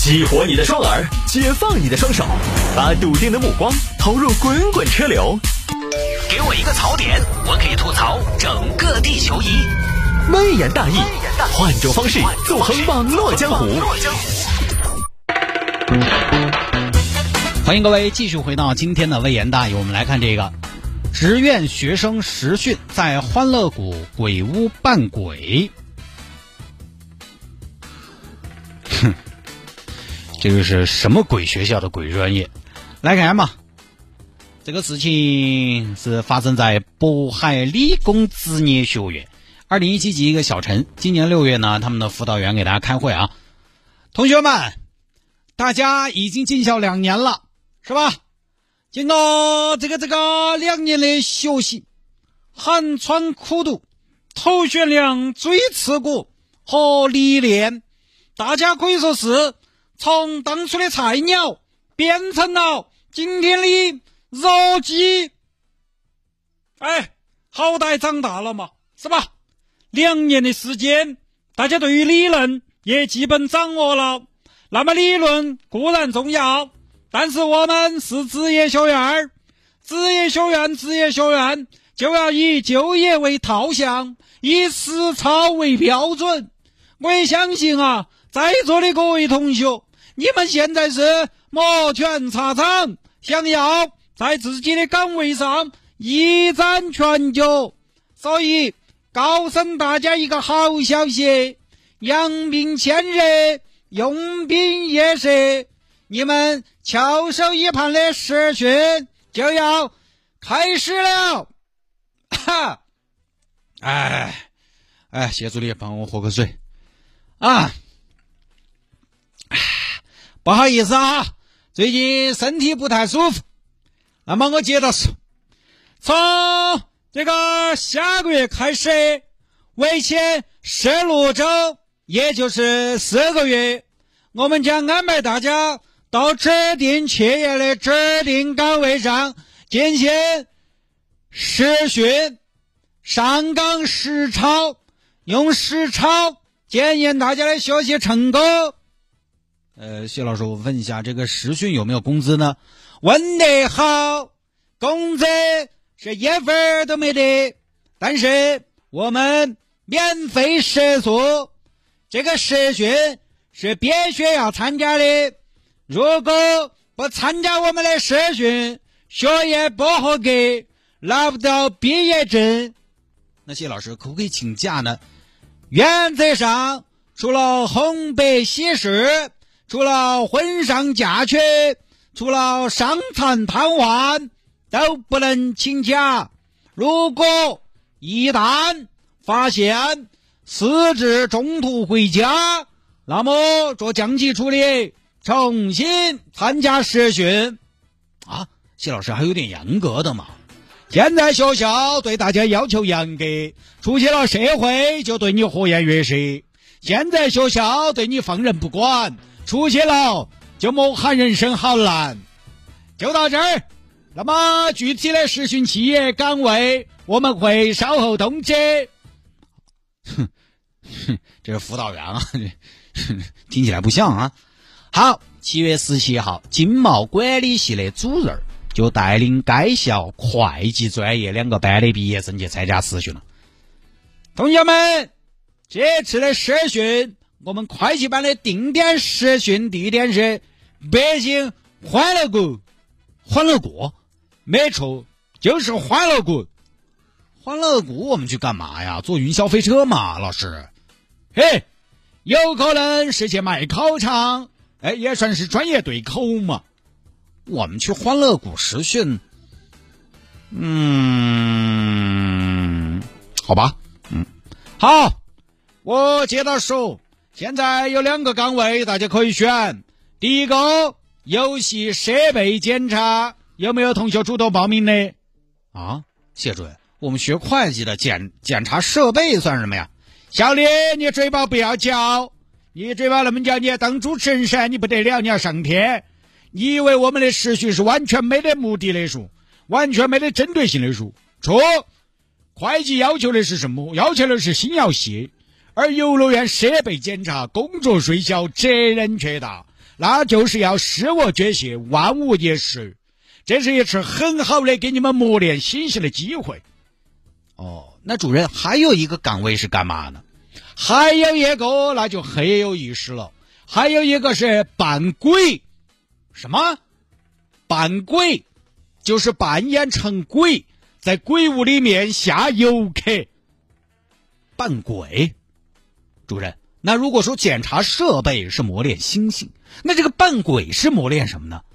激活你的双耳，解放你的双手，把笃定的目光投入滚滚车流。 给我一个槽点，我可以吐槽整个地球仪。 微言大义，换种方式纵横网络江湖。 欢迎各位继续回到今天的微言大义，我们来看这个职院学生实训在欢乐谷鬼屋扮鬼。这个是什么鬼学校的鬼专业？来看嘛，这个事情是发生在渤海理工职业学院。2017级一个小陈，今年6月呢，他们的辅导员给大家开会啊，同学们，大家已经进校2年了，是吧？经过这个2年的学习，寒窗苦读，头悬梁锥刺股和历练，大家可以说是从当初的菜鸟变成了今天的肉鸡。好歹长大了嘛，是吧？2年的时间，大家对于理论也基本掌握了。那么理论固然重要，但是我们是职业学院，职业学院就要以就业为套项，以实操为标准。我也相信啊，在座的各位同学，你们现在是摩拳擦掌，想要在自己的岗位上一展拳脚，所以告诉大家一个好消息，养兵千日，用兵一时，你们翘首以盼的实训就要开始了。谢助理帮我喝个水啊。不好意思啊，最近身体不太舒服。那么我接着说，从这个下个月开始，为期16周，也就是4个月，我们将安排大家到指定企业的指定岗位上进行实训，上岗实操，用实操检验大家的学习成果。谢老师，我问一下，这个实训有没有工资呢？问得好，工资是1分都没得，但是我们免费食宿。这个实训是必须要参加的，如果不参加我们的实训，学业不合格，拿不到毕业证。那谢老师可不可以请假呢？原则上，除了红白喜事，除了婚丧嫁娶，除了伤残瘫痪，都不能请假。如果一旦发现私自中途回家，那么做降级处理，重新参加实训。谢老师还有点严格的嘛？现在学校对大家要求严格，出去了社会就对你和颜悦色。现在学校对你放任不管，出去了就莫喊人生好难。就到这儿，那么具体的实训企业岗位我们会稍后通知。这是辅导员啊，听起来不像啊。好，7月17号，经贸管理系的主任就带领该校会计专业2个班的毕业生去参加实训了。同学们，这次的实训，我们会计班的定点实训地点是北京欢乐谷。欢乐谷？没错，就是欢乐谷。欢乐谷我们去干嘛呀？坐云霄飞车嘛，老师。有可能是去卖烤肠，也算是专业对口嘛。我们去欢乐谷实训，好吧，好，我接着说，现在有2个岗位大家可以选。第一个，游戏设备检查，有没有同学主动报名的？谢主任，我们学会计的检查设备算什么呀？小李，你嘴巴不要嚼，你嘴巴那么嚼，你要当主持人噻，你不得了，你要上天。你以为我们的实训是完全没得目的的书，完全没得针对性的书？错，会计要求的是什么？要求的是心要细，而游乐园设备检查工作虽小责任却大， 那就是要师我绝学，万无一失。这是一次很好的给你们磨练心性的机会。 哦，那主任还有一个岗位是干嘛呢？ 还有一个那就很有意思了，还有一个是扮鬼。 什么？ 扮鬼就是扮演成鬼，在鬼屋里面吓游客。 扮鬼？主任，那如果说检查设备是磨练心性，那这个扮鬼是磨练什么呢？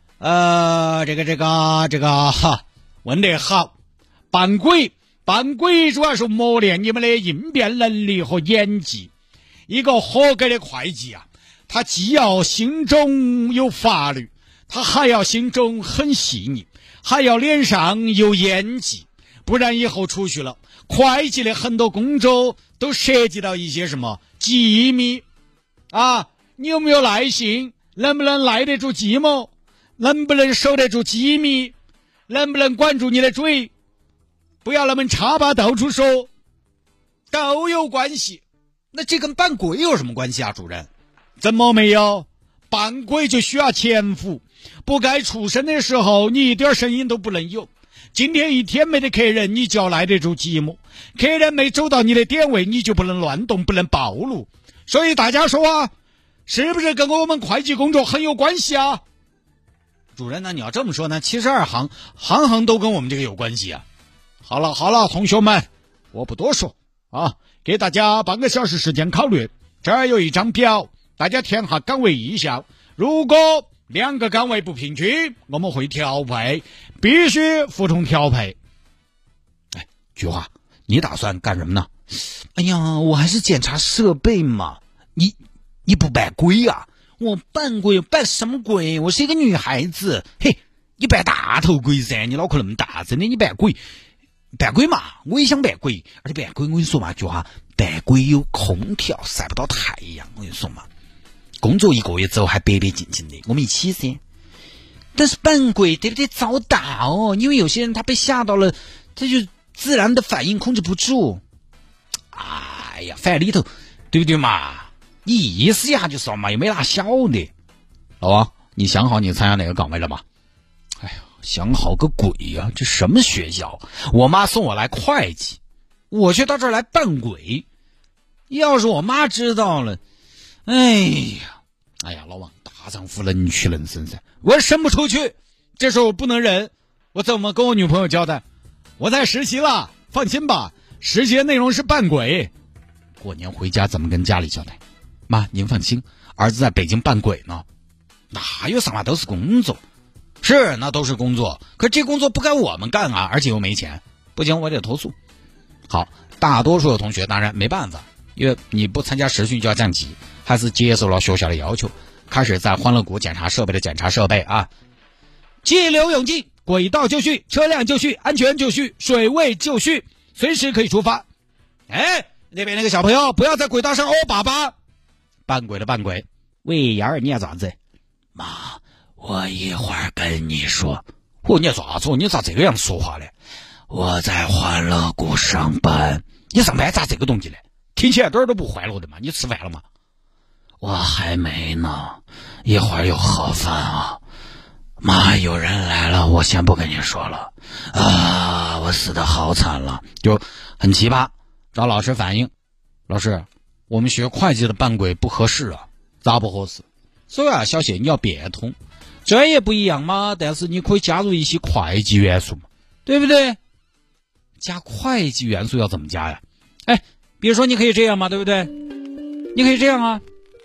问得好。扮鬼主要是磨练你们的应变能力和演技。一个合格的会计啊，他既要心中有法律，他还要心中很细腻，还要脸上有演技，不然以后出去了，会计的很多工作都涉及到一些什么机密啊，你有没有耐心，能不能耐得住寂寞，能不能守得住机密，能不能管住你的嘴，不要那么插把到处说，都有关系。 那这跟扮鬼有什么关系啊，主任？ 怎么没有？扮鬼就需要潜伏，不该出声的时候你一点声音都不能有。今天一天没得客人，你就要耐得住寂寞，客人没走到你的点位，你就不能乱动，不能暴露。所以大家说啊，是不是跟我们会计工作很有关系啊？ 主任，那你要这么说呢，其实二行行都跟我们这个有关系啊。 好了，同学们，我不多说啊，给大家半个小时时间考虑。这儿有一张表，大家填下岗位意向。如果2个岗位不平均，我们会调配，必须服从调配。 哎，菊花，你打算干什么呢？哎呀，我还是检查设备嘛。你不扮鬼啊？我扮鬼，扮什么鬼？我是一个女孩子。嘿，你扮大头鬼噻，你脑壳那么大，真的你扮鬼嘛？我也想扮鬼，而且扮鬼我跟你说嘛，菊花，扮鬼有空调，晒不到太阳，我跟你说嘛。工作1个月之后还白白净净的，我们一起噻。但是扮鬼对不对遭打哦？因为有些人他被吓到了，他就自然的反应控制不住。哎呀，反正里头对不对嘛？你意思一下就说嘛，又没哪晓得。老王，你想好你参加哪个岗位了吗？哎呀，想好个鬼呀！这什么学校？我妈送我来会计，我却到这儿来扮鬼。要是我妈知道了，哎呀，老王，大丈夫能屈能伸噻，我伸不出去，这时候我不能忍，我怎么跟我女朋友交代？我在实习了，放心吧，实习的内容是扮鬼。过年回家怎么跟家里交代？妈，您放心，儿子在北京扮鬼呢。哪有啥嘛，都是工作。是，那都是工作，可这工作不该我们干啊，而且又没钱，不行，我得投诉。好，大多数的同学当然没办法，因为你不参加实训就要降级，还是接受了学校的要求，开始在欢乐谷检查设备的检查设备啊。激流勇进，轨道就绪，车辆就绪，安全就绪，水位就绪，随时可以出发。哎，那边那个小朋友不要在轨道上哦粑粑。扮鬼的扮鬼，喂，丫儿你要咋子？妈，我一会儿跟你说。你要咋子？你咋这个样子说话嘞？我在欢乐谷上班。你上班咋这个动静嘞？听起来点儿都不欢乐的嘛。你吃饭了吗？我还没呢，一会儿有盒饭啊。妈，有人来了，我先不跟你说了啊，我死得好惨了，就很奇葩。找老师反映，老师，我们学会计的扮鬼不合适啊。咋不合适？所以啊，小谢你要变通，专业不一样嘛，但是你可以加入一些会计元素嘛，对不对？加会计元素要怎么加呀？哎，比如说你可以这样嘛，对不对？你可以这样啊。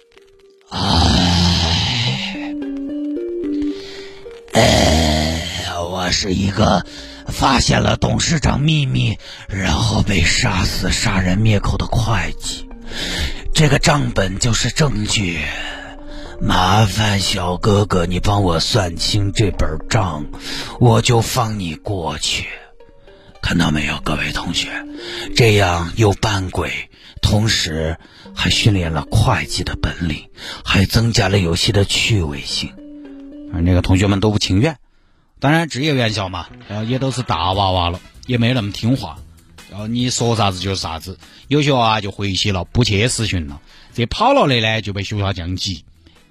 我是一个发现了董事长秘密，然后被杀死、杀人灭口的会计。这个账本就是证据，麻烦小哥哥你帮我算清这本账，我就放你过去。看到没有，各位同学，这样又扮鬼，同时还训练了会计的本领，还增加了游戏的趣味性。而那个同学们都不情愿，当然职业院校嘛，也都是大娃娃了，也没那么听话，你说啥子就是啥子，有些啊就回去了，不去实训了，这跑了的呢就被学校降级，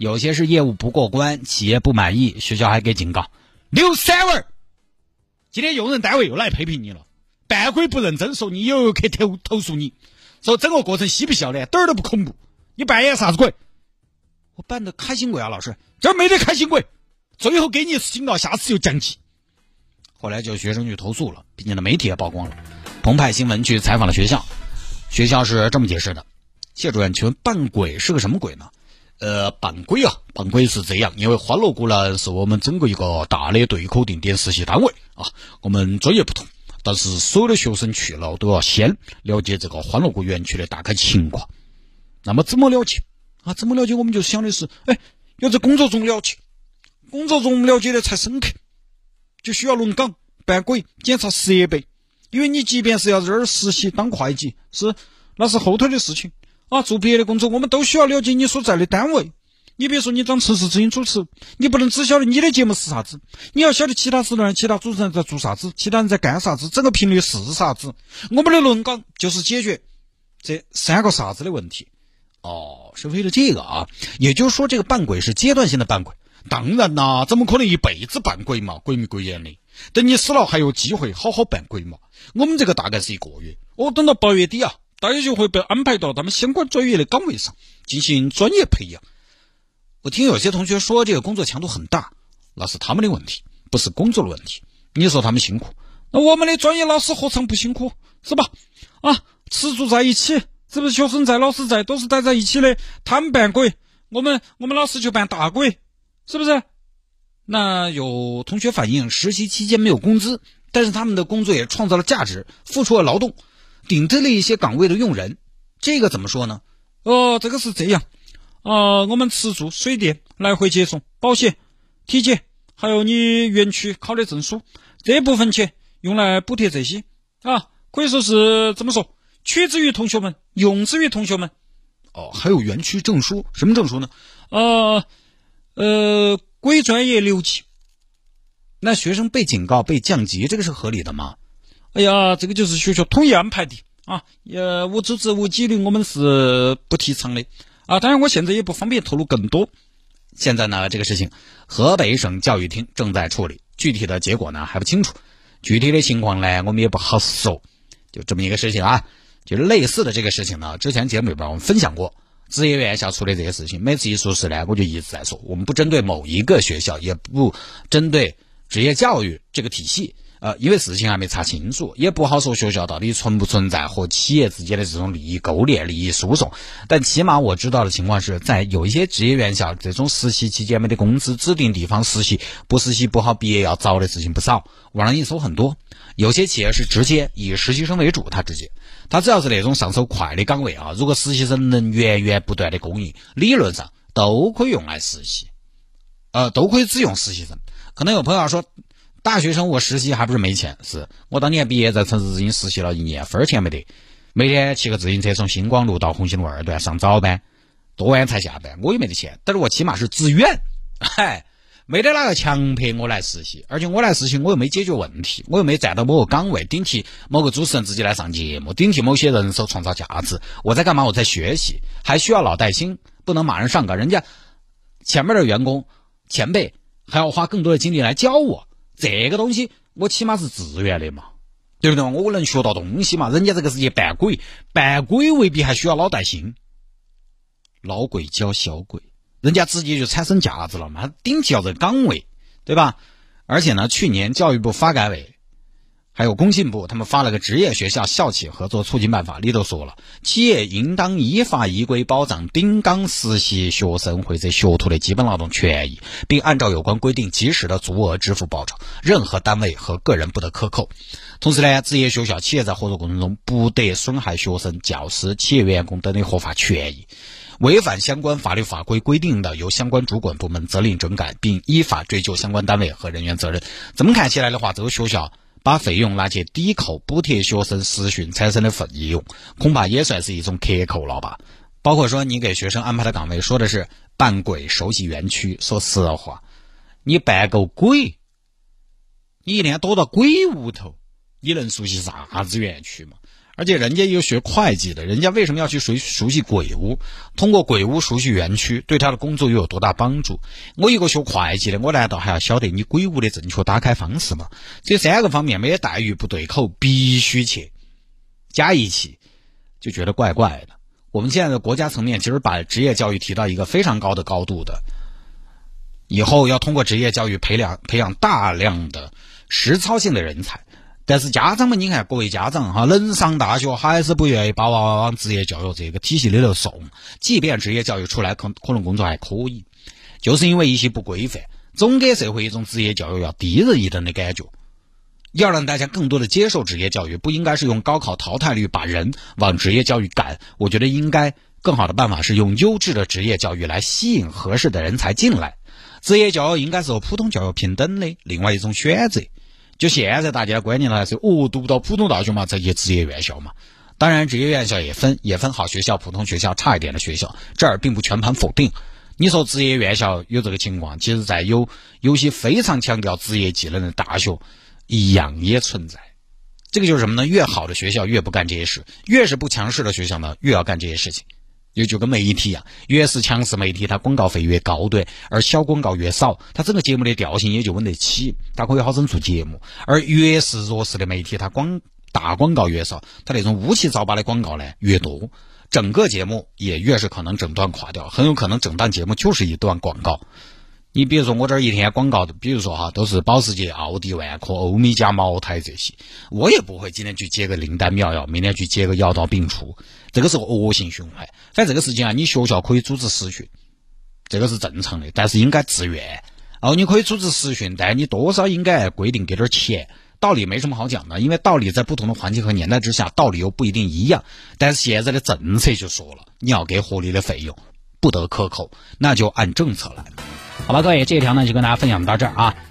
有些是业务不过关，企业不满意，学校还给警告留3文。今天用人单位又来批评你了，办规不认真，说你游客投诉你，说整个过程嬉皮笑脸，点儿都不恐怖。你扮演啥子鬼？我扮的开心鬼啊，老师，这没得开心鬼。最后给你一次警告，下次就降级。后来就学生去投诉了，并且呢媒体也曝光了。澎湃新闻去采访了学校，学校是这么解释的：谢主任，请问办鬼是个什么鬼呢？办鬼是这样，因为欢乐谷呢是我们整个一个大的对口定点实习单位啊，我们专业不同，但是所有的学生去了都要先了解这个欢乐谷园区的大概情况。那么怎么了解啊？怎么了解？我们就想的是，要在工作中了解，工作中了解的才深刻，就需要轮岗、办轨、检查设备。因为你即便是要在这儿实习当会计，那是后头的事情啊。做别的工作，我们都需要了解你所在的单位。你比如说，你当城市之音主持，你不能只晓得你的节目是啥子，你要晓得其他时段、其他主持人在做啥子，其他人在干啥子，整个频率是啥子。我们的轮岗就是解决这3个啥子的问题。是为了这个啊，也就是说这个办轨是阶段性的办轨。当然啦，怎么可能一辈子办轨嘛，鬼迷鬼眼的。等你死了还有机会好好办轨嘛。我们这个大概是1个月，等到8月底啊，大家就会被安排到他们相关专业的岗位上进行专业培养。我听有些同学说这个工作强度很大，那是他们的问题，不是工作的问题。你说他们辛苦，那我们的专业老师何尝不辛苦，是吧？吃住在一起，是不是？学生在，老师在，都是待在一起的。他们办轨，我们老师就办大轨，是不是？那有同学反映实习期间没有工资，但是他们的工作也创造了价值，付出了劳动，顶替了一些岗位的用人。这个怎么说呢？这个是这样我们吃住水电来回接送、保险、体检，还有你园区考的证书，这部分钱用来补贴这些可以说是怎么说，取之于同学们，用之于同学们。还有园区证书，什么证书呢？归专业留级。那学生被警告、被降级，这个是合理的吗？这个就是学校统一安排的无组织无纪律，我们是不提倡的当然我现在也不方便透露更多。现在呢，这个事情河北省教育厅正在处理，具体的结果呢还不清楚，具体的情况呢我们也不好说。就这么一个事情就是类似的这个事情呢，之前节目里边我们分享过，职业院校处理这些事情，每次一说事呢，我就一直在说，我们不针对某一个学校，也不针对职业教育这个体系因为事情还没查清楚，也不好说学校到底存不存在和企业之间的这种利益勾连、利益输送。但起码我知道的情况是，在有一些职业院校，这种实习期间没得工资，指定地方实习，不实习不好毕业要遭的事情不少，网上一搜很多。有些企业是直接以实习生为主，他只要是那种上手快的岗位如果实习生能源源不断的供应，理论上都可以用来实习都可以只用实习生。可能有朋友说，大学生我实习还不是没钱？是我当年毕业在城市之音实习了1年，分钱没得，每天骑个自行车从星光路到红星路2段上早班，多晚才下班，我也没得钱，但是我起码是自愿没得哪个强迫我来实习，而且我来实习我又没解决问题，我又没站到某个岗位顶替某个主持人自己来上节目，顶替某些人手创造价值，我在干嘛？我在学习，还需要老带新，不能马上上岗，人家前面的员工前辈还要花更多的精力来教我，这个东西我起码是自愿的嘛，对不对？我能学到东西嘛，人家这个世界办鬼未必还需要老带新，老鬼教小鬼，人家直接就产生价值了嘛，顶替到这个岗位，对吧？而且呢，去年教育部发改委还有工信部他们发了个职业学校校企合作促进办法，里头说了，企业应当依法依规保障顶岗实习学生或者学徒的基本劳动权益，并按照有关规定及时的足额支付报酬，任何单位和个人不得克扣。同时呢，职业学校企业在合作过程中不得损害学生、教师、企业员工等的合法权益，违反相关法律法规规定的，由相关主管部门责令整改，并依法追究相关单位和人员责任。这么看起来的话，这个学校把费用拿去抵扣补贴学生实训产生的费用，恐怕也算是一种克扣了吧。包括说你给学生安排的岗位说的是办轨熟悉园区，说实话，你办个鬼，你一天躲到鬼屋头，你能熟悉啥子园区嘛？ 而且人家又学会计的，人家为什么要去熟悉鬼屋？通过鬼屋熟悉园区，对他的工作又有多大帮助？我一个学会计的，我难道还要晓得你鬼屋的正确打开方式吗？这3个方面没得待遇不对口，必须去加一起，就觉得怪怪的。我们现在的国家层面其实把职业教育提到一个非常高的高度的，以后要通过职业教育培养大量的实操性的人才。但是家长们，你看各位家长哈，能上大学还是不愿意把娃娃往职业教育这个体系里头送，即便职业教育出来可能工作还可以，就是因为一些不规范，总给社会一种职业教育要低人一等的感觉。要让大家更多的接受职业教育，不应该是用高考淘汰率把人往职业教育赶，我觉得应该更好的办法是用优质的职业教育来吸引合适的人才进来。职业教育应该是和普通教育平等的另外一种选择。就现在大家的观念还是读不到普通大学嘛，才去职业院校嘛。当然职业院校也分好学校、普通学校、差一点的学校，这儿并不全盘否定。你说职业院校有这个情况，其实在有些非常强调职业技能的大学一样也存在。这个就是什么呢？越好的学校越不干这些事，越是不强势的学校呢，越要干这些事情。就跟媒体一样，越是强势媒体，它广告费越高，对，而小广告越少，它整个节目的调性也就稳得起，它可以好生做节目。而越是弱势的媒体，它大广告越少，它那种乌七八糟的广告呢越多，整个节目也越是可能整段垮掉，很有可能整段节目就是一段广告。你比如说我这儿一天广告的，比如说哈，都是保时捷、奥迪、万科、欧米茄、茅台这些，我也不会今天去接个灵丹妙药，明天去接个药到病除，这个是恶性循环。反正这个事情啊，你学校可以组织实训，这个是正常的，但是应该自愿。你可以组织实训，但你多少应该规定给点钱。道理没什么好讲的，因为道理在不同的环境和年代之下，道理又不一定一样。但是现在的政策就说了，你要给合理的费用，不得克扣，那就按政策来。 好吧，各位，这条呢就跟大家分享到这儿啊。